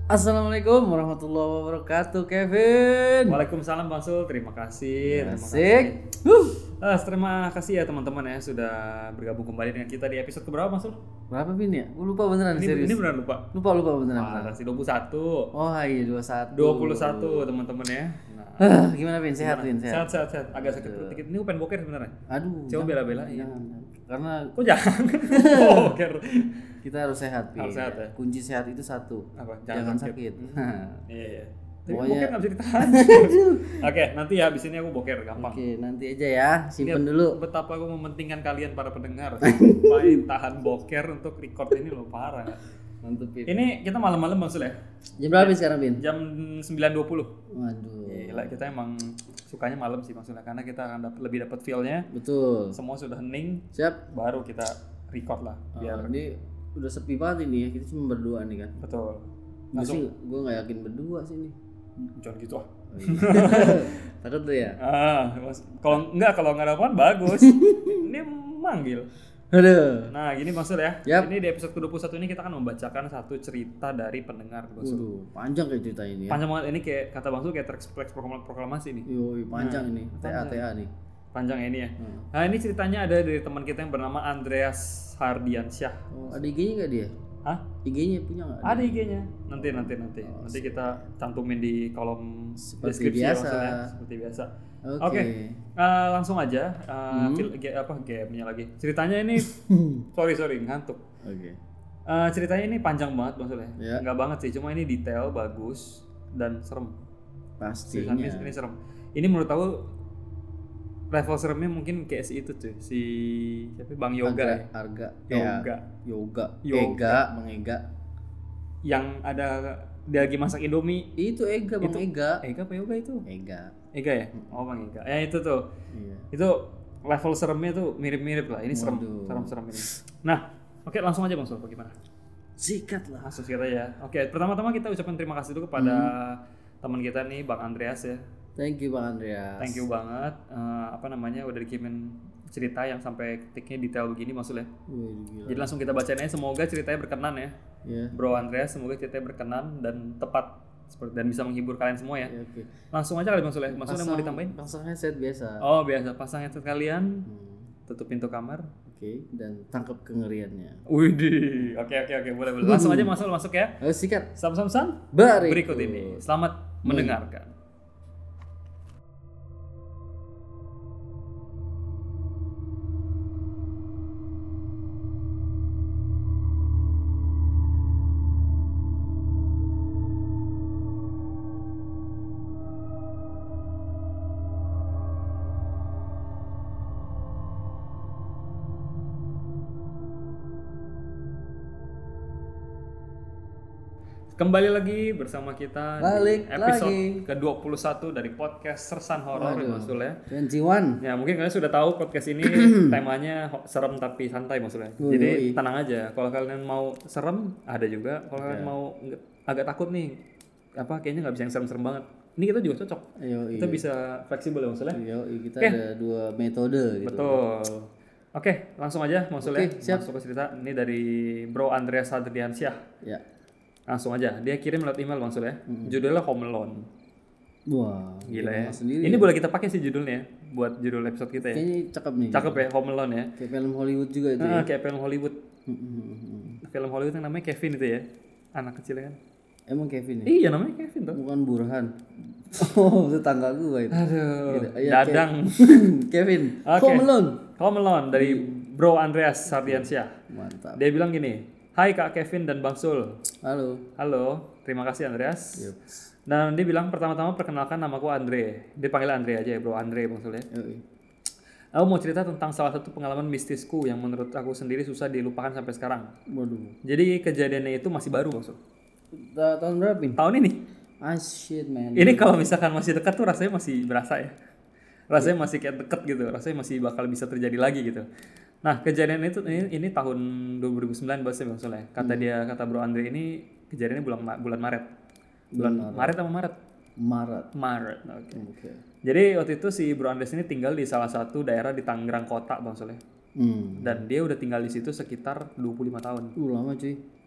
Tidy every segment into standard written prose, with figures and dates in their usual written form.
Assalamualaikum warahmatullahi wabarakatuh, Kevin. Waalaikumsalam Bang Sul, terima kasih. Asik. Terima kasih ya teman-teman ya sudah bergabung kembali dengan kita di episode keberapa Bang Sul? Berapa Bin ya? Gue lupa beneran, serius. Ini beneran lupa. Lupa beneran. Masih 21. Oh iya 21. 21 teman-teman ya. Nah, Gimana Bin? Sehat Bin? Sehat. sehat. Agak sakit perut dikit. Ini gue pengen boker sebenarnya. Aduh. Coba bela-belain. Jangan. Karena Kok jangan? Boker. kita harus sehat Bin. Harus sehat ya? Kunci sehat itu satu. Apa? Jangan sakit. Iya. Tapi Pokoknya- boker nggak bisa ditahan. Oke, nanti ya abis ini aku boker gampang. Oke, nanti aja ya. Simpen Lihat dulu. betapa aku mementingkan kalian para pendengar. Main tahan boker untuk record ini loh, parah. Mantep Bin. Ini kita malam-malam Bang Sul ya. Jam berapa Bin sekarang Bin? Jam 9.20. Waduh. Gila, kita emang sukanya malam sih maksudnya karena kita akan lebih dapat feel-nya. Betul. Semua sudah hening, Siap. baru kita record lah. Biar Ini udah sepi banget ini ya. Kita cuma berdua nih kan. betul. Gue nggak yakin berdua sih nih. Jangan gitu ah. Oh, iya. Takut tuh ya. Kalau nggak ada apaan bagus. Ini manggil. Aduh. Nah, gini Bang Sul ya. Yap. Ini di episode ke-21 ini kita akan membacakan satu cerita dari pendengar Bang Sul. Waduh, panjang kayak cerita ini ya. Panjang banget ini, kayak kata Bang Sul kayak teks proklamasi nih. Yoi, panjang ini. TA nih. Panjang ini ya. Nah, ini ceritanya ada dari teman kita yang bernama Andreas Hardiansyah. Oh, ada IG-nya nggak dia? Hah? IG-nya punya nggak? Ada IG-nya. Nanti kita cantumin di kolom Seperti deskripsi biasa. ya maksudnya, seperti biasa. Oke. Langsung aja gamenya lagi. Ceritanya ini sorry ngantuk. Oke. Ceritanya ini panjang banget maksudnya. Ya. Enggak banget sih, cuma ini detail, bagus dan serem. Pastinya. Ceritanya ini serem. Ini menurut aku level seremnya mungkin kayak si itu tuh, si siapa Bang Yoga ya. Harga. Yoga. Bang Ega. Yang ada dia lagi masak Indomie. Itu Ega, Bang Ega. Ega apa Yoga itu? Ega. Ega ya? Oh Bang Ega. Ya itu tuh. Iya. Itu level seremnya tuh mirip-mirip lah. Ini serem, Waduh. serem ini. Nah, oke langsung aja Bang Sul, gimana? Sikat lah. Langsung kita ya. Oke, pertama-tama kita ucapkan terima kasih dulu kepada teman kita nih Bang Andreas ya. Thank you Bang Andreas. Thank you banget. Udah dikirimin cerita yang sampai ketiknya detail begini maksudnya. Wih, gila. Jadi langsung kita bacain aja, semoga ceritanya berkenan ya. Ya. Bro Andreas, semoga ceritanya berkenan dan tepat dan bisa menghibur kalian semua ya. Oke. Langsung aja kali Bang Sul ya. Maksudnya mau ditambahin? Pasang headset biasa. Oh, biasa. Pasang headset kalian, tutup pintu kamar. Oke, dan tangkap kengeriannya. Widih. Oke. Boleh. Langsung aja masuk ya. Ayo sikat. Sam Berikut ini. Selamat mendengarkan. Kembali lagi bersama kita Balik di episode lagi. ke-21 dari podcast Sersan Horor maksudnya. 21. Ya mungkin kalian sudah tahu podcast ini temanya serem tapi santai maksudnya. Jadi tenang aja. Kalau kalian mau serem ada juga. Kalau kalian mau agak takut nih, kayaknya nggak bisa yang serem-serem banget. Ini kita juga cocok. Kita bisa fleksibel ya maksudnya. Kita ada dua metode gitu. Betul. Oke, langsung aja maksudnya. Siap. Masuk ke cerita. Ini dari Bro Andreas Hadriansyah. Ya. Langsung aja, dia kirim lewat email Bang Sul ya. Judulnya Home Alone. Wah, Gila ya. Sendiri Ini boleh kita pakai sih judulnya buat judul episode kita ya. kayaknya cakep nih. Cakep ya, Home Alone ya. Kayak film Hollywood juga itu. Ya? Kayak film Hollywood. Film Hollywood yang namanya Kevin itu ya. Anak kecil kan. Emang Kevin ya? Iya namanya Kevin tuh. Bukan Burhan. Oh, tetangga gua itu. Aduh, Iya, Dadang. Kevin. Oke. Home Alone. Dari Bro Andreas Sardiansyah. Mantap. Dia bilang gini, hai Kak Kevin dan Bang Sul. Halo. Terima kasih Andreas. Yep. Dan dia bilang pertama-tama perkenalkan namaku Andre. Dia panggil Andre aja ya Bro, Andre Bang Sul ya. Yoi. Aku mau cerita tentang salah satu pengalaman mistisku yang menurut aku sendiri susah dilupakan sampai sekarang. Waduh. Jadi kejadiannya itu masih baru Bang Sul. Tahun berapa ini? Tahun ini. Ah shit man. Ini kalau misalkan masih dekat tuh rasanya masih berasa ya. Rasanya masih kayak deket gitu. Rasanya masih bakal bisa terjadi lagi gitu. Nah kejadian itu ini tahun 2019 ya Bang Sul ya. Kata Bro Andre ini kejadiannya bulan Maret. Maret apa Maret? Maret. Oke. Jadi waktu itu si Bro Andres ini tinggal di salah satu daerah di Tangerang Kota Bang Sul ya. Dan dia udah tinggal di situ sekitar 25 tahun. Lama cuy.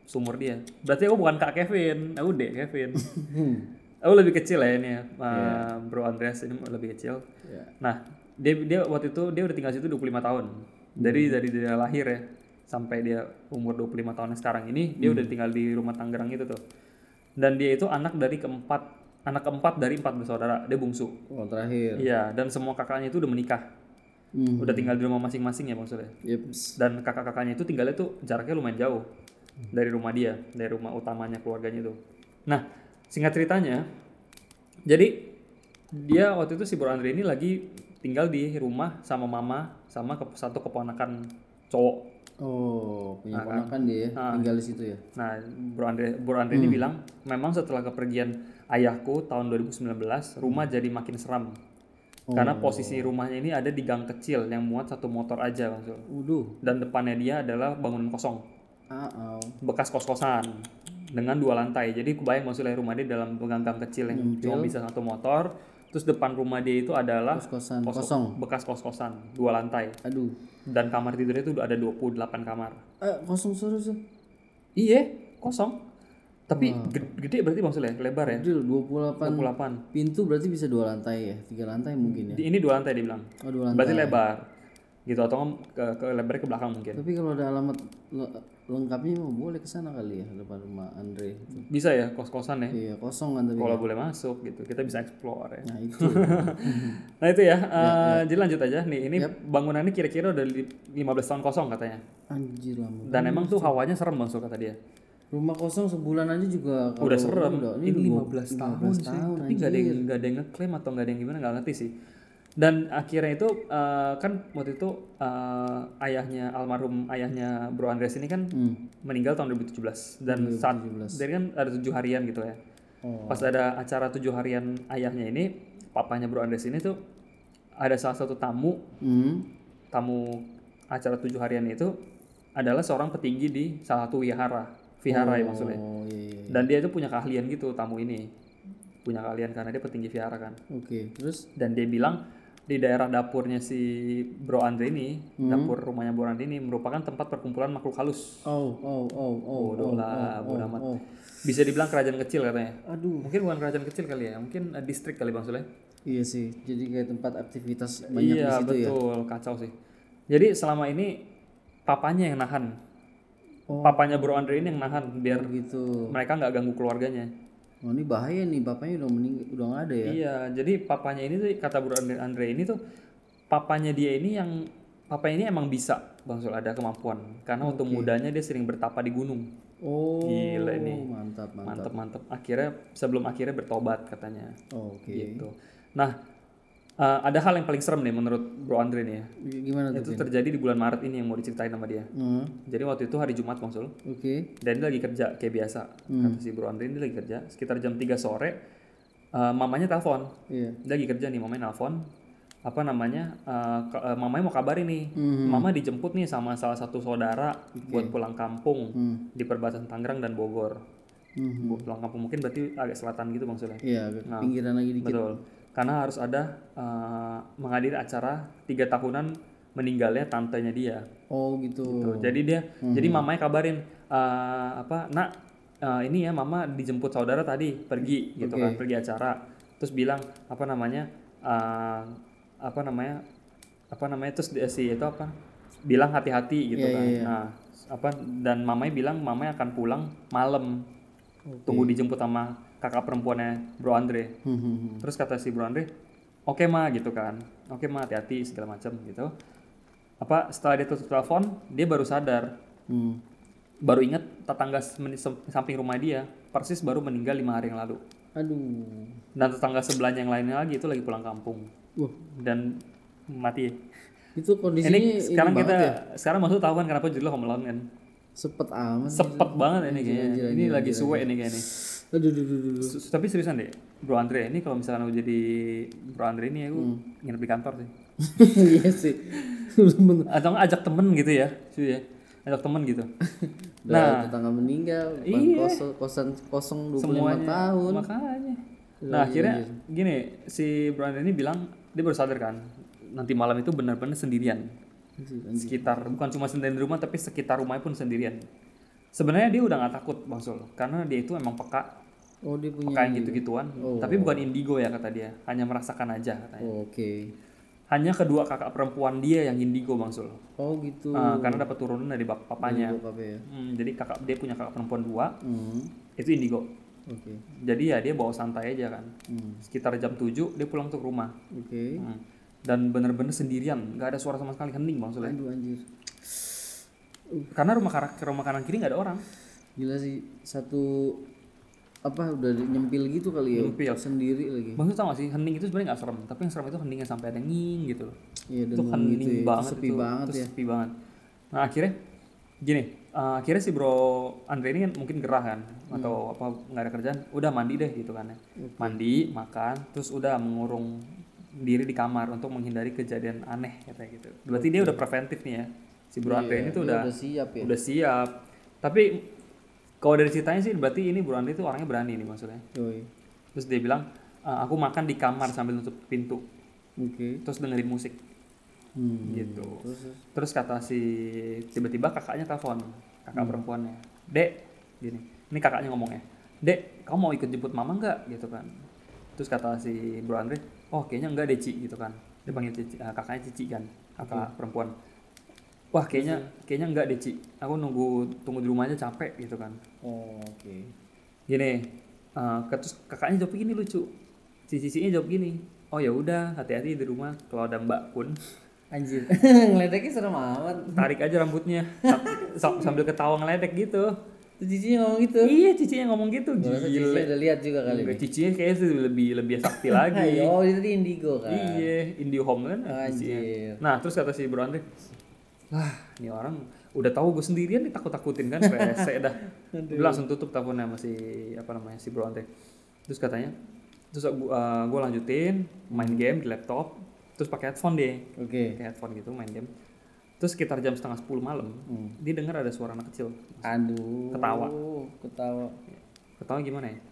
seumur dia. Berarti aku bukan Kak Kevin, aku Dek Kevin. Aku lebih kecil ya ini ya, Bro Andreas ini lebih kecil. Nah, dia waktu itu dia udah tinggal situ 25 tahun. Dari dia lahir ya sampai dia umur 25 tahun sekarang ini, dia udah tinggal di rumah Tangerang itu tuh. Dan dia itu anak keempat dari 4 bersaudara, dia bungsu. Oh, terakhir. Iya, dan semua kakaknya itu udah menikah. Udah tinggal di rumah masing-masing ya maksudnya. Dan kakak-kakaknya itu tinggalnya tuh jaraknya lumayan jauh dari rumah dia, dari rumah utamanya keluarganya itu. Nah, singkat ceritanya, jadi dia waktu itu si Bro Andre ini lagi tinggal di rumah sama mama sama satu keponakan cowok. Oh, punya ponakan dia ya, tinggal di situ ya. Nah, Bro Andre ini bilang, memang setelah kepergian ayahku tahun 2019, rumah jadi makin seram. Karena posisi rumahnya ini ada di gang kecil yang muat satu motor aja, Bang Sul. Dan depannya dia adalah bangunan kosong. Bekas kos-kosan dengan 2 lantai. Jadi kebayang maksudnya rumah dia dalam gang kecil yang cuma bisa satu motor. Terus depan rumah dia itu adalah kos-kosan kosong. Bekas kos-kosan 2 lantai. Dan kamar tidurnya itu ada 28 kamar. Kosong terus. Iya, kosong. Tapi gede berarti maksudnya lebar ya? Gede 28. Pintu berarti bisa 2 lantai ya, 3 lantai mungkin ya. Ini 2 lantai dia bilang. 2 lantai. Berarti lebar. Gitu atau ke lebarnya ke belakang mungkin. Tapi kalau ada alamat lengkapnya mau boleh ke sana kali ya, depan rumah Andre. Bisa ya kos-kosan ya? Iya, kosong kan tapi. Kalau boleh masuk gitu, kita bisa explore ya. Nah, itu. Nah, itu ya. Jadi lanjut aja nih. Ini bangunannya kira-kira udah 15 tahun kosong katanya. Anjir lama. Dan emang tuh hawanya serem Bang Sul kata dia. Rumah kosong sebulan aja juga Udah serem. Ini 15 tahun sih. Tapi enggak ada yang ngeklaim atau enggak ada yang gimana, enggak ngerti sih. Dan akhirnya itu kan waktu itu almarhum ayahnya Bro Andreas ini kan meninggal tahun 2017 dan saat dari kan ada 7 harian gitu ya. Pas ada acara 7 harian ayahnya ini, papanya Bro Andreas ini tuh ada salah satu tamu acara 7 harian itu adalah seorang petinggi di salah satu vihara ya maksudnya. Dan dia itu punya keahlian gitu, tamu ini punya keahlian karena dia petinggi vihara kan. Terus dan dia bilang di daerah dapurnya si Bro Andre ini, dapur rumahnya Bro Andre ini merupakan tempat perkumpulan makhluk halus. Bodoh amat. Bisa dibilang kerajaan kecil katanya. Mungkin bukan kerajaan kecil kali ya, mungkin distrik kali Bang Sule. Iya sih, jadi kayak tempat aktivitas banyak di situ ya. Iya betul, kacau sih. Jadi selama ini papanya yang nahan. Papanya Bro Andre ini yang nahan biar gitu. Mereka nggak ganggu keluarganya. Ini bahaya nih, bapaknya udah meninggal, udah nggak ada ya. Iya, jadi papanya ini tuh kata Bro Andre ini tuh papanya dia ini emang bisa Bang Sul, ada kemampuan karena waktu mudanya dia sering bertapa di gunung. Gila ini. Mantap. Sebelum akhirnya bertobat katanya. Gitu. Nah, ada hal yang paling serem nih menurut Bro Andre nih ya. Gimana tuh? Itu terjadi di bulan Maret ini yang mau diceritain sama dia. Jadi waktu itu hari Jumat Bang Sul. Dan dia lagi kerja kayak biasa. Kata si Bro Andre ini lagi kerja sekitar jam 3 sore. Mamanya telepon. Dia lagi kerja nih, mamanya telepon. Mamanya mau kabarin nih. Mama dijemput nih sama salah satu saudara buat pulang kampung di perbatasan Tangerang dan Bogor. Pulang kampung mungkin berarti agak selatan gitu Bang Sul. Iya, pinggiran lagi dikit. Betul. Karena harus ada menghadiri acara 3 tahunan meninggalnya tantenya dia. Gitu. Jadi mamanya kabarin nak ini ya mama dijemput saudara tadi pergi gitu kan, pergi acara. Terus bilang terus bilang hati-hati gitu kan. Nah, dan mamanya bilang mamanya akan pulang malam. Tunggu dijemput sama kakak perempuannya Bro Andre. Terus kata si Bro Andre, "Oke Ma," gitu kan. "Oke Ma, hati-hati segala macam gitu." Setelah dia tutup telepon, dia baru sadar. Baru ingat tetangga samping rumah dia persis baru meninggal 5 hari yang lalu. Dan tetangga sebelahnya yang lainnya lagi itu lagi pulang kampung. Dan mati. Itu kondisinya ini sekarang maksud tahu kan kenapa judulnya Home Alone kan? Sepet amat. Sepet banget ini kayaknya. Ini lagi suwe ini kayaknya. Tapi seriusan deh, Bro Andre ini kalau misalnya aku jadi Bro Andre ini aku nginep di kantor sih. Iya sih. Atau ajak temen gitu ya, cuy ya. Ajak temen gitu. Nah, tetangga meninggal, kosan kosong 25 semuanya, tahun. Makanya. Nah, akhirnya gini, si Bro Andre ini bilang dia baru sadar kan, nanti malam itu benar-benar sendirian. Sekitar bukan cuma sendirian di rumah tapi sekitar rumahnya pun sendirian. Sebenarnya dia udah nggak takut Bang Sul, karena dia itu emang peka Oh dia punya kayak ini. gitu-gituan, Oh. tapi bukan indigo ya kata dia, hanya merasakan aja katanya. Oh, oke. Hanya kedua kakak perempuan dia yang indigo Bang Sul. Oh gitu. Karena dapat turunan dari papanya. Bokapnya ya. Jadi dia punya kakak perempuan 2, itu indigo. Oke. Jadi ya dia bawa santai aja kan. Sekitar jam 7 dia pulang tuh ke rumah. Oke. Dan bener-bener sendirian, nggak ada suara sama sekali, hening Bang Sul. Aduh anjir. Karena rumah kanan kiri nggak ada orang. Gila sih, satu apa udah nyempil gitu kali ya. Nyempil. Sendiri lagi. Bang Sul tau gak sih, hening itu sebenarnya nggak serem, tapi yang serem itu heningnya sampai ada nging gitu loh. Iya Itu dengung hening gitu ya. banget, Sepi itu banget itu ya. sepi banget. Nah akhirnya gini, akhirnya si bro Andre ini kan mungkin gerah kan, atau apa nggak ada kerjaan, udah mandi deh gitu kan ya. Mandi, makan, terus udah mengurung diri di kamar untuk menghindari kejadian aneh kayak gitu. Berarti dia udah preventif nih ya, si bro Andre ini tuh Dia udah siap ya. udah siap. Tapi kalau dari ceritanya sih berarti ini bro Andre itu orangnya berani nih maksudnya. Yoi. Terus dia bilang, aku makan di kamar sambil nutup pintu, Oke. terus dengerin musik. Gitu. Terus Terus kata si tiba-tiba kakaknya telepon, kakak perempuannya, Dek, gini, ini kakaknya ngomongnya, Dek, kamu mau ikut jemput mama nggak, gitu kan? Terus kata si Bro Andre, oh kayaknya enggak deh Ci, gitu kan? Dia panggil Cici, kakaknya Cici kan, kakak perempuan. Wah kayaknya enggak deh Ci, aku tunggu di rumah aja capek gitu kan? oh, oke. Gini, terus kakaknya jawab gini lucu, si Cici-nya jawab gini, oh ya udah hati-hati di rumah kalau ada Mbak Kun. Anjir. Ngeledeknya serem amat. Tarik aja rambutnya sambil ketawa ngeledek gitu. Terus cicinya ngomong gitu. Iya cicinya ngomong gitu. Gila. Cicinya Gila. udah lihat juga kali Enggak, ini. cicinya kayaknya sih lebih sakti lagi. Oh itu tadi indigo kan. Iya, IndiHome kan cicinya. Anjir. Nah terus kata si Bro Andre, lah ini orang udah tahu gue sendirian ditakut-takutin kan, rese dah. Dia langsung tutup teleponnya sama si Bro Andre. Terus katanya, gue lanjutin main game di laptop, terus pakai headphone deh. Oke. Pakai headphone gitu main game. Terus sekitar jam 9:30 malam, dia dengar ada suara anak kecil. Aduh. Ketawa. Ketawa Gimana ya?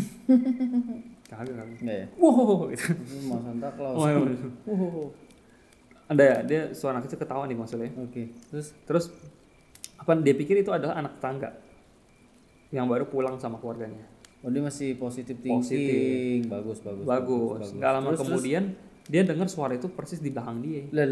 Kagak. enggak ya? Wow gitu. Itu mau Santa Claus. Oh, iya. Wow. Ada ya, dia suara anak kecil ketawa nih maksudnya. Oke. Terus apa dia pikir itu adalah anak tetangga yang baru pulang sama keluarganya. Oh dia masih positif thinking. Positif. Bagus. Nggak lama kemudian dia dengar suara itu persis di belakang dia. Lah.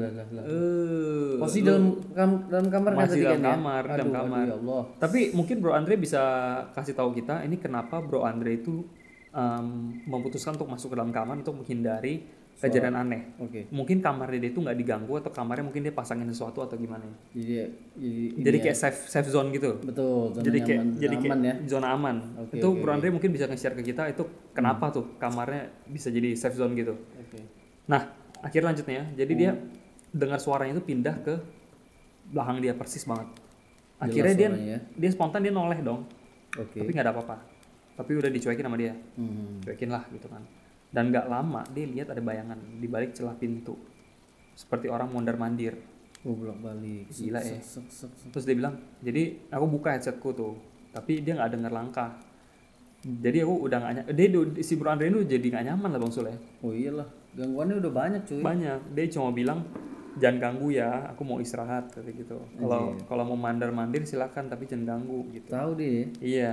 Posisi dalam kamar kan Masih tadi dalam kan ya? kamar, dalam Aduh, kamar. ya Allah. Tapi mungkin Bro Andre bisa kasih tahu kita ini kenapa Bro Andre itu memutuskan untuk masuk ke dalam kamar untuk menghindari kejadian aneh. Oke. Mungkin kamarnya dia itu nggak diganggu atau kamarnya mungkin dia pasangin sesuatu atau gimana. Jadi Kayak safe zone gitu. betul. Zona Jadi nyaman, kayak aman ya. zona aman. Oke, Itu oke, Bro Andre mungkin bisa nge-share ke kita itu kenapa tuh kamarnya bisa jadi safe zone gitu. Oke. Nah, akhir lanjutnya ya. Jadi dia dengar suaranya itu pindah ke belakang dia persis banget. Akhirnya suaranya ya. dia spontan dia noleh dong. Oke. Tapi nggak ada apa-apa. Tapi udah dicuekin sama dia. Cuekin lah gitu kan. Dan nggak lama dia lihat ada bayangan di balik celah pintu. Seperti orang mondar-mandir. Oh bolak-balik. Gila ya. Sek. Terus dia bilang, jadi aku buka headsetku tuh, tapi dia nggak denger langkah. Jadi aku udah nggak si Bro Andre itu jadi nggak nyaman lah Bang Sule. Oh iyalah, gangguannya udah banyak cuy. Banyak. Dia cuma bilang jangan ganggu ya, aku mau istirahat kayak gitu. Kalau mau mandar-mandir silakan, tapi jangan ganggu gitu. Tahu dia. Iya.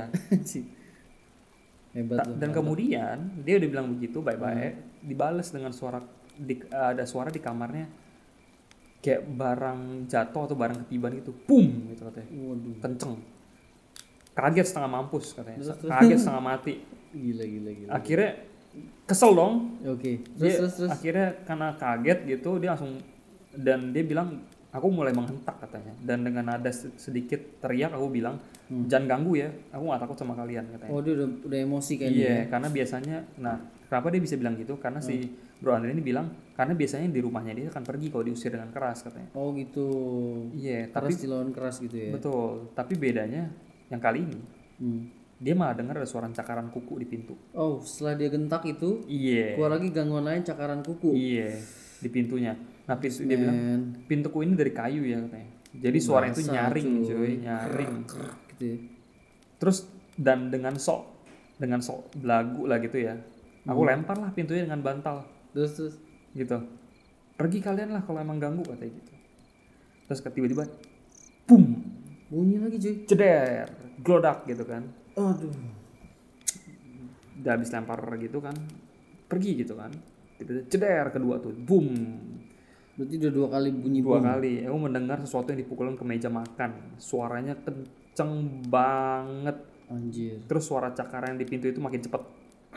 Hebat loh. Dan kemudian dia udah bilang begitu baik-baik, dibales dengan ada suara di kamarnya kayak barang jatuh atau barang ketiban gitu, boom gitu katanya. Waduh. Kenceng. Kaget setengah mampus katanya. Kaget setengah mati. Gila. Akhirnya kesel dong. Oke. Dia Terus. akhirnya karena kaget gitu dia langsung, dan dia bilang aku mulai menghentak katanya, dan dengan nada sedikit teriak aku bilang jangan ganggu ya, aku nggak takut sama kalian katanya. Oh dia udah emosi kayaknya. Iya, karena biasanya, nah kenapa dia bisa bilang gitu, karena si Bro Andre ini bilang karena biasanya di rumahnya dia akan pergi kalau diusir dengan keras katanya. Oh gitu. Iya, Keras tapi dilawan keras gitu ya. betul, tapi bedanya yang kali ini dia malah dengar ada suara cakaran kuku di pintu. Oh setelah dia gentak itu Iya. keluar lagi gangguan lain cakaran kuku. Iya, di pintunya. Nah, dia bilang pintuku ini dari kayu ya katanya. Jadi suara itu nyaring cuy, nyaring. Gitu ya. Terus dan dengan sok belagu lah gitu ya. Aku lempar lah pintunya dengan bantal. Terus. Gitu. Pergi kalian lah kalau emang ganggu katanya gitu. Terus tiba-tiba boom, Bunyi lagi cuy. Ceder, glodak gitu kan. Aduh. Udah habis lempar gitu kan, pergi gitu kan. Tiba-tiba ceder kedua tuh, boom. Berarti udah 2 kali bunyi Dua bom. kali. Aku mendengar sesuatu yang dipukulin ke meja makan. Suaranya kenceng banget. Anjir. Terus suara cakaran yang di pintu itu makin cepet.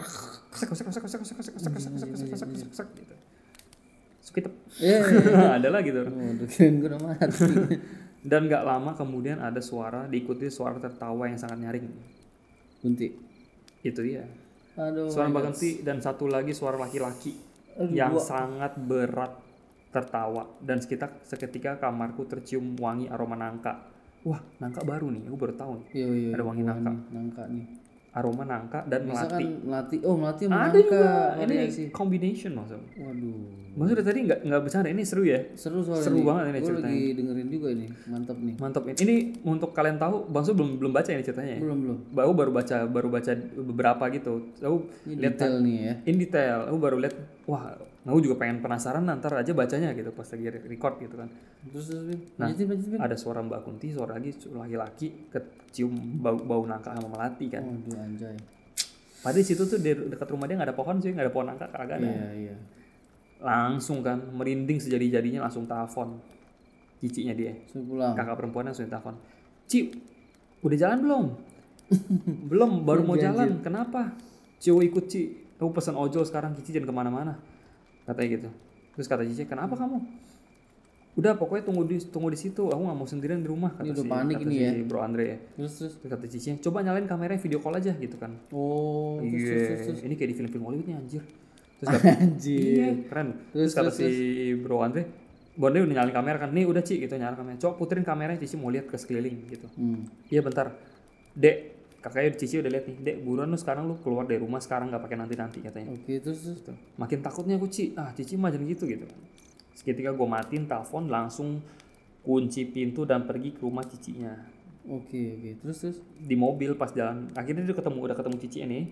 Kesek gitu. Sukitep. Ada lagi tuh. Udah kirain gue udah mati. Dan gak lama kemudian ada suara diikuti suara tertawa yang sangat nyaring. Bunti. Itu dia. Aduh. Suara Mbak Genti dan satu lagi suara laki-laki yang sangat berat tertawa dan seketika kamarku tercium wangi aroma nangka. Wah, nangka baru nih, aku baru tahu nih. Iya. Ada wangi nangka. Nangka nih. Aroma nangka dan Bisa melati. kan melati. Oh, melati sama Ada nangka. juga. Ini Variasi. combination maksudnya. Waduh. Maksudnya tadi nggak bercanda, ini seru ya. Seru soalnya. Seru nih. banget ini Gue ceritanya. lagi dengerin juga ini. Mantap nih. Mantap ini untuk kalian tahu, Bang Su belum baca ini ceritanya ya. Belum. Aku baru baca beberapa gitu. Aku Ini lihat detail nih ya. in detail. Aku baru lihat, wah, aku juga pengen penasaran ntar aja bacanya gitu pas lagi record gitu kan. Terus Bin. Nah, Lanjutin. ada suara Mbak Kunti, suara lagi laki-laki kecium bau nangka sama melati kan. Waduh anjay. Padahal di situ tuh di dekat rumah dia nggak ada pohon sih, nggak ada pohon nangka, kagak ada. Iya. Langsung kan merinding sejadi-jadinya langsung telepon cicinya dia. Suruh pulang. Kakak perempuannya langsung telepon. Ci, udah jalan belum? Belum, baru mau jalan. Kenapa? Cio ikut Ci. Aku pesan ojol sekarang, Cici jangan kemana-mana. Katanya gitu. Terus kata Cici, kenapa kamu? Udah pokoknya tunggu di situ. Aku nggak mau sendirian di rumah. Kata Ini udah panik ini ya. Bro Andre ya. Terus. Terus kata Cici, coba nyalain kameranya video call aja gitu kan. Oh. Terus. Ini kayak di film-film Hollywood nih anjir. Terus Anjir. iya keren. Terus kata si Bro Andre udah nyalain kamera kan. Nih udah Ci gitu nyalain kamera. Coba puterin kameranya Cici mau lihat ke sekeliling gitu. Iya bentar. Dek, kakaknya Cici udah lihat nih. Dek, buruan lu sekarang lu keluar dari rumah sekarang nggak pakai nanti katanya. Oke, terus. Gitu. Makin takutnya aku Cici mah jangan gitu gitu. Seketika gue matiin telepon langsung kunci pintu dan pergi ke rumah cicinya. Oke. Terus. Di mobil pas jalan. Akhirnya dia udah ketemu Cici nih.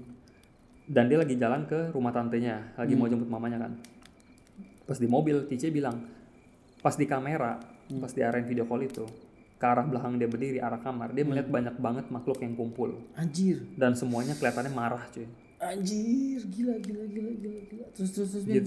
Dan dia lagi jalan ke rumah tantenya, lagi mau jemput mamanya kan. Pas di mobil, Cici bilang, pas di kamera, pas di arahin video call itu, ke arah belakang dia berdiri, arah kamar, dia melihat banyak banget makhluk yang kumpul. Anjir. Dan semuanya kelihatannya marah cuy. Anjir, gila. Terus, Bin. Gitu.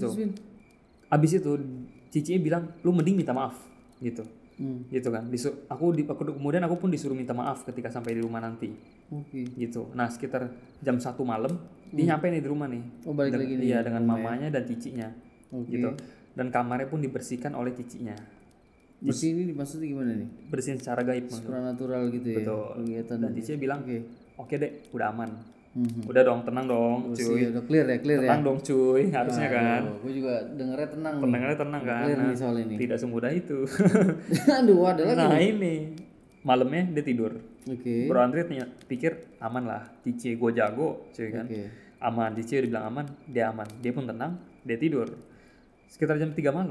Abis itu, Cici bilang, lu mending minta maaf, gitu. Gitu kan. Kemudian aku pun disuruh minta maaf ketika sampai di rumah nanti. Oke. Gitu. Nah sekitar jam 1 malam dia nyampe nih di rumah nih. Oh balik lagi nih. Iya dengan mamanya dan cicinya. Oke. Gitu. Dan kamarnya pun dibersihkan oleh cicinya. Bersih ini maksudnya gimana nih? Bersihin secara gaib maksudnya. Supranatural gitu ya. Betul. Kegiatan. Dan cicinya bilang, oke dek, udah aman. Udah dong, tenang dong, Bersih, cuy. udah clear ya. Tenang dong, cuy. Harusnya kan. Gue juga dengernya tenang. Pendengarnya tenang kan. Clear Nah, nih soal ini. tidak semudah itu. Aduh, ada lagi. Nah ini malamnya dia tidur. Oke. Bro Andre pikir aman lah, Cici gue jago, cuy kan. Aman, Cici udah bilang aman, dia aman. Dia pun tenang, dia tidur. Sekitar jam 3 malam,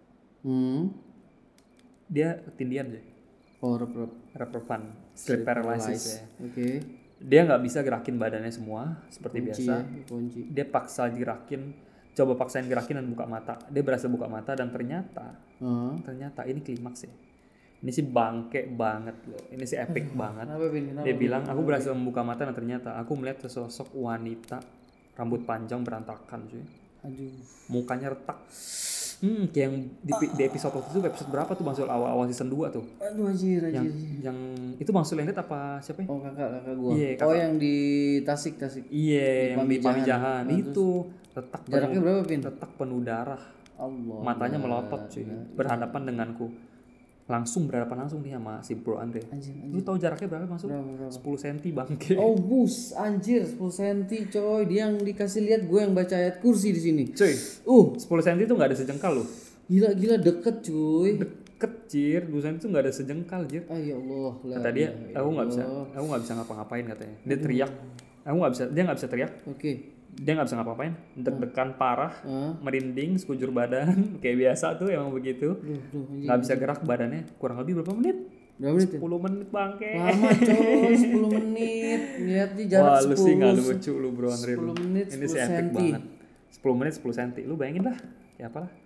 dia ketindihan deh. Oh, Rep-repan, sleep paralysis ya. Oke. Dia nggak bisa gerakin badannya semua seperti biasa. Kunci. Dia coba paksain gerakin dan buka mata. Dia berhasil buka mata dan ternyata ini klimaks ya. Ini sih bangke banget loh. Ini sih epic banget. Dia bilang, aku berhasil membuka mata dan ternyata aku melihat sesosok wanita rambut panjang berantakan cuy. Aduh. Mukanya retak. Kayak yang di episode waktu itu, episode berapa tuh Bang Sul, awal season 2 tuh. Aduh anjir. Yang itu Bang Sul yang lihat apa siapa ya? Oh kakak gua. Iya, Oh yang di Tasik. Iya, yang di Pamijahan. Itu retak jaraknya berapa Pin? Retak penuh darah. Allah. Matanya melotot cuy. Berhadapan denganku. Langsung berhadapan langsung nih sama si Bro Andre. Anjir. Lu tahu jaraknya berapa Bang Sul? 10 cm bangke. Oh bus anjir 10 cm coy. Dia yang dikasih lihat gue yang baca ayat kursi di sini. Cuy. 10 cm itu enggak ada sejengkal loh. Gila deket cuy. Kecil, 10 cm itu enggak ada sejengkal jir. Ya Allah. Kata dia, aku nggak bisa ngapa-ngapain katanya. Dia teriak. Dia nggak bisa teriak. Oke. Dia nggak bisa ngapa-ngapain, deg-degan parah, merinding, sekujur badan, kayak biasa tuh emang begitu. Nggak bisa gerak badannya, kurang lebih berapa menit? Berapa menit? 10 menit bangke. Lama coy, 10 menit. Lihat di jarak 10. Wah, lu sih nggak lucu Bro Andre. 10 menit, ini 10 sih epic cm. banget. 10 menit 10 cm. Lu bayangin lah, ya apalah.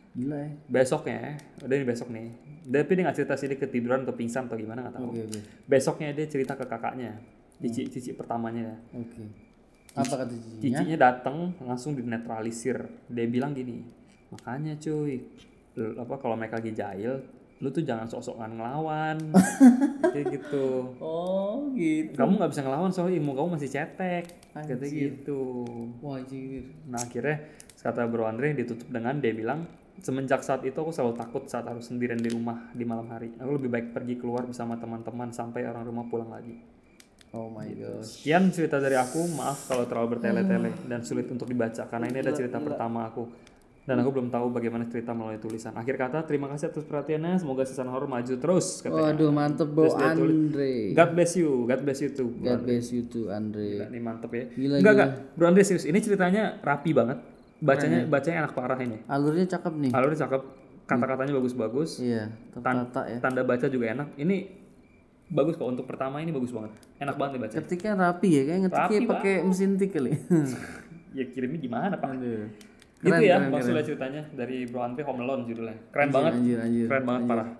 Gila ya. Besoknya, udah ini besok nih. Tapi dia nggak cerita sih dia ketiduran atau pingsan atau gimana nggak tahu. Oke. Besoknya dia cerita ke kakaknya, cici pertamanya. Oke. Apa kata cicinya? Cicinya datang langsung dinetralisir. Dia bilang gini, makanya cuy, kalau mereka lagi jahil, lu tuh jangan sok-sokan ngelawan, kayak gitu. Oh gitu. Kamu nggak bisa ngelawan soalnya ilmu kamu masih cetek, kata gitu. Wah anjir. Nah akhirnya kata Bro Andre ditutup dengan dia bilang, semenjak saat itu aku selalu takut saat harus sendirian di rumah di malam hari. Aku lebih baik pergi keluar bersama teman-teman sampai orang rumah pulang lagi. Oh my god. Sekian cerita dari aku, maaf kalau terlalu bertele-tele dan sulit untuk dibaca karena ini ada cerita pertama aku. Dan aku belum tahu bagaimana cerita melalui tulisan. Akhir kata, terima kasih atas perhatiannya. Semoga Sesan Horor maju terus. Katanya. Waduh mantep Bro Andre. God bless you too. God bless you too Andre. Gila, ini mantep ya. Gila. Bro Andre serius. Ini ceritanya rapi banget. Bacanya enak parah ini. Alurnya cakep nih. Alurnya cakep. Kata-katanya bagus-bagus. Iya. Tata ya. Tanda baca juga enak. Ini bagus kok untuk pertama ini bagus banget. Enak banget dibaca. Ketiknya rapi ya, kayak ngetiknya pakai mesin tik kali. Ya kirimnya gimana Pak? Aduh. Gitu ya maksudnya ceritanya dari Bro Andre Home Alone judulnya. Keren banget. Keren banget parah.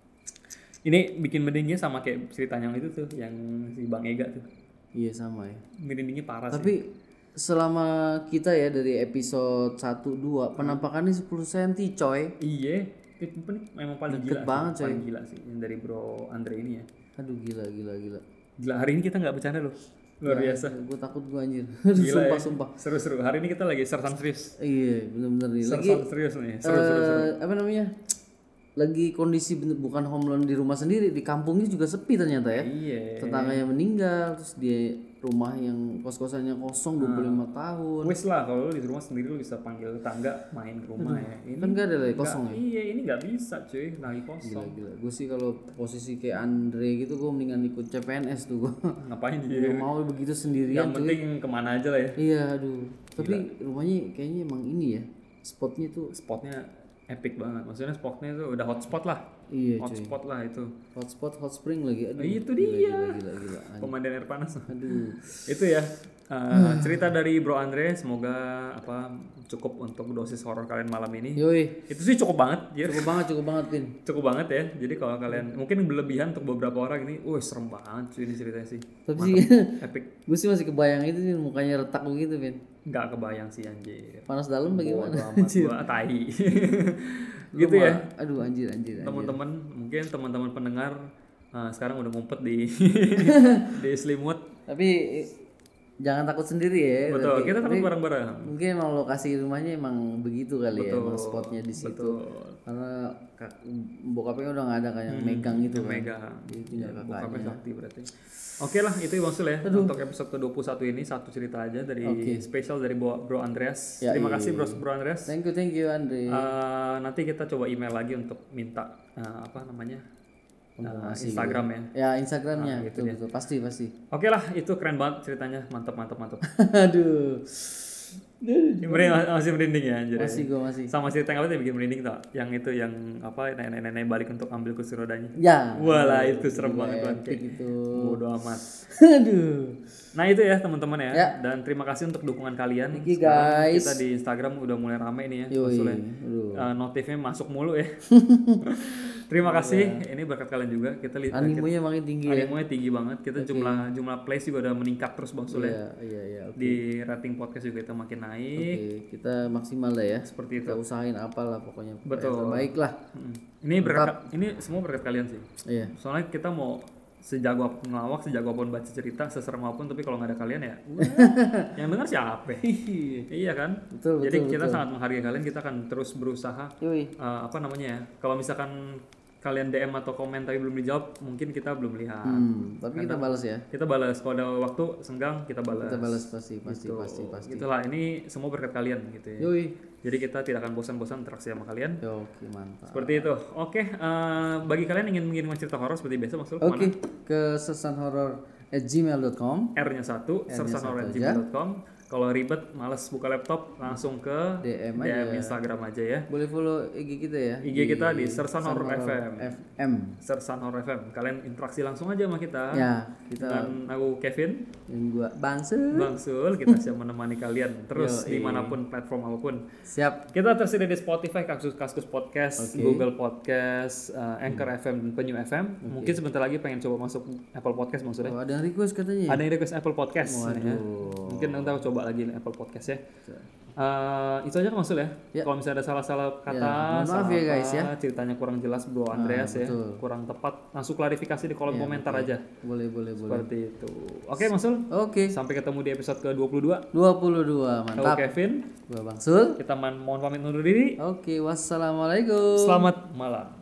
Ini bikin merindingnya sama kayak ceritanya yang itu tuh, yang si Bang Ega tuh. Iya sama ya. Merindingnya parah sih. Tapi selama kita ya dari episode 1 2 penampakannya 10 cm coy. Iya. Itu memang paling gila banget sih. Paling gila sih yang dari Bro Andre ini ya. Aduh gila. Gila, hari ini kita nggak bercanda loh. Luar biasa. Gue takut gue anjir. Gila sumpah. Seru-seru. Hari ini kita lagi sersan serius. Iya, bener-bener nih. Lagi Sersan serius nih. Seru. apa namanya? Lagi kondisi bukan home alone di rumah sendiri, di kampungnya juga sepi ternyata ya. Iya. Tetangganya meninggal, terus dia rumah yang kos-kosannya kosong 25 tahun. Wes lah kalau lu di rumah sendiri lu bisa panggil tetangga main ke rumah ya. Ini Kan gak ada lagi kosong ya. Iya, ini nggak bisa cuy, lagi kosong. Gila. Gue sih kalau posisi kayak Andre gitu gue mendingan ikut CPNS tuh gue. Ngapain Gak dia? mau begitu sendirian Yang cuy. penting kemana aja lah ya. Iya aduh. Tapi rumahnya kayaknya emang ini ya. Spotnya tuh. Spotnya epic banget. Maksudnya spotnya tuh udah hotspot lah. Iya cuy. Hotspot lah itu. Hotspot, hot spring lagi. Aduh. Itu dia. Gila. Pemandian air panas. Aduh. Itu ya. Cerita dari Bro Andre, semoga cukup untuk dosis horor kalian malam ini. Yoi. Itu sih cukup banget, ya. Cukup banget, Pin. Cukup banget ya. Jadi kalau kalian mungkin berlebihan untuk beberapa orang ini, serem banget cuy ini ceritanya sih. Tapi sih Epic. gue sih masih kebayang itu sih mukanya retak begitu, Pin. Nggak kebayang sih anjir. Panas dalam bagaimana? Gua tai. Gitu ya. Aduh anjir. Teman-teman, mungkin teman-teman pendengar sekarang udah ngumpet di di selimut. Tapi jangan takut sendiri ya. Betul, kita takut bareng-bareng. Mungkin emang lokasi rumahnya emang begitu kali ya, emang spotnya di situ. Betul. Karena bokapnya udah nggak ada kayak yang megang gitu kan. Megang. Jadi tinggal Bokapnya kakaknya. sakti berarti. Oke lah, itu Bang Sul ya. Untuk episode ke-21 ini satu cerita aja dari spesial dari Bro Andreas. Ya, Terima kasih Bro Andreas. Thank you Andre. Nanti kita coba email lagi untuk minta Instagram ya. Ya Instagramnya gitu betul pasti. Oke lah, itu keren banget ceritanya, mantap. Aduh. Masih merinding ya anjir. Masih. Sama cerita yang apa tuh bikin merinding tau? Yang itu yang nenek-nenek balik untuk ambil kursi rodanya. Ya. Walah itu serem banget banget kayak gitu. Bodoh amat. Aduh. Nah itu ya teman-teman ya. Dan terima kasih untuk dukungan kalian. Thank you guys. Kita di Instagram udah mulai rame nih ya. Notifnya masuk mulu ya. Terima kasih. Ini berkat kalian juga. Kita lihat animonya makin tinggi ya. Animonya tinggi banget. Kita jumlah plays juga udah meningkat terus Bang Sule. Iya. Di rating podcast juga kita makin naik. Kita maksimal lah ya. Seperti itu. Kita usahain apalah pokoknya. Betul. Baik lah. Ini semua berkat kalian sih. Iya. Soalnya kita mau sejago apapun ngelawak, sejago apapun baca cerita, seserem apapun, tapi kalau nggak ada kalian ya, yang dengar siapa? Iya kan? Betul. Jadi kita sangat menghargai kalian, kita akan terus berusaha. Kalau misalkan kalian DM atau komen tapi belum dijawab, mungkin kita belum lihat. Tapi kita balas ya. Kita balas kalau ada waktu senggang kita balas. Kita balas pasti. Gitulah, ini semua berkat kalian gitu ya. Jadi kita tidak akan bosan-bosan interaksi sama kalian. Oke, mantap. Seperti itu. Oke, bagi kalian yang ingin mengirim cerita horor seperti biasa maksudnya kemana? Ke sesanhoror@gmail.com. R-nya 1, sersanhoror@gmail.com. Kalau ribet, males buka laptop, langsung ke DM Instagram aja ya. Boleh follow IG kita ya. IG kita di Sersan Horror FM. FM. Sersan Horror FM. Kalian interaksi langsung aja sama kita. Ya, kita Dan aku Kevin, dan gua Bang Sul. Bang Sul, kita siap menemani kalian terus dimanapun platform apapun. Siap. Kita tersedia di Spotify, Kaskus Podcast, Google Podcast, Anchor FM dan Penyu FM. Mungkin sebentar lagi pengen coba masuk Apple Podcast maksudnya. Oh, ada yang request katanya. Ada yang request Apple Podcast. Ya. Waduh. Mungkin nanti aku coba lagi Apple Podcast ya. Itu aja kan Masul ya. Kalau misalnya ada salah-salah kata, maaf ya guys ya. ceritanya kurang jelas Bro Andreas ya, kurang tepat, langsung klarifikasi di kolom komentar aja. Boleh. Seperti itu. Oke Masul. Oke. Sampai ketemu di episode ke-22. 22, mantap. Aku Kevin. Gua Bang Sul. Kita mohon pamit undur diri. Oke, wassalamualaikum. Selamat malam.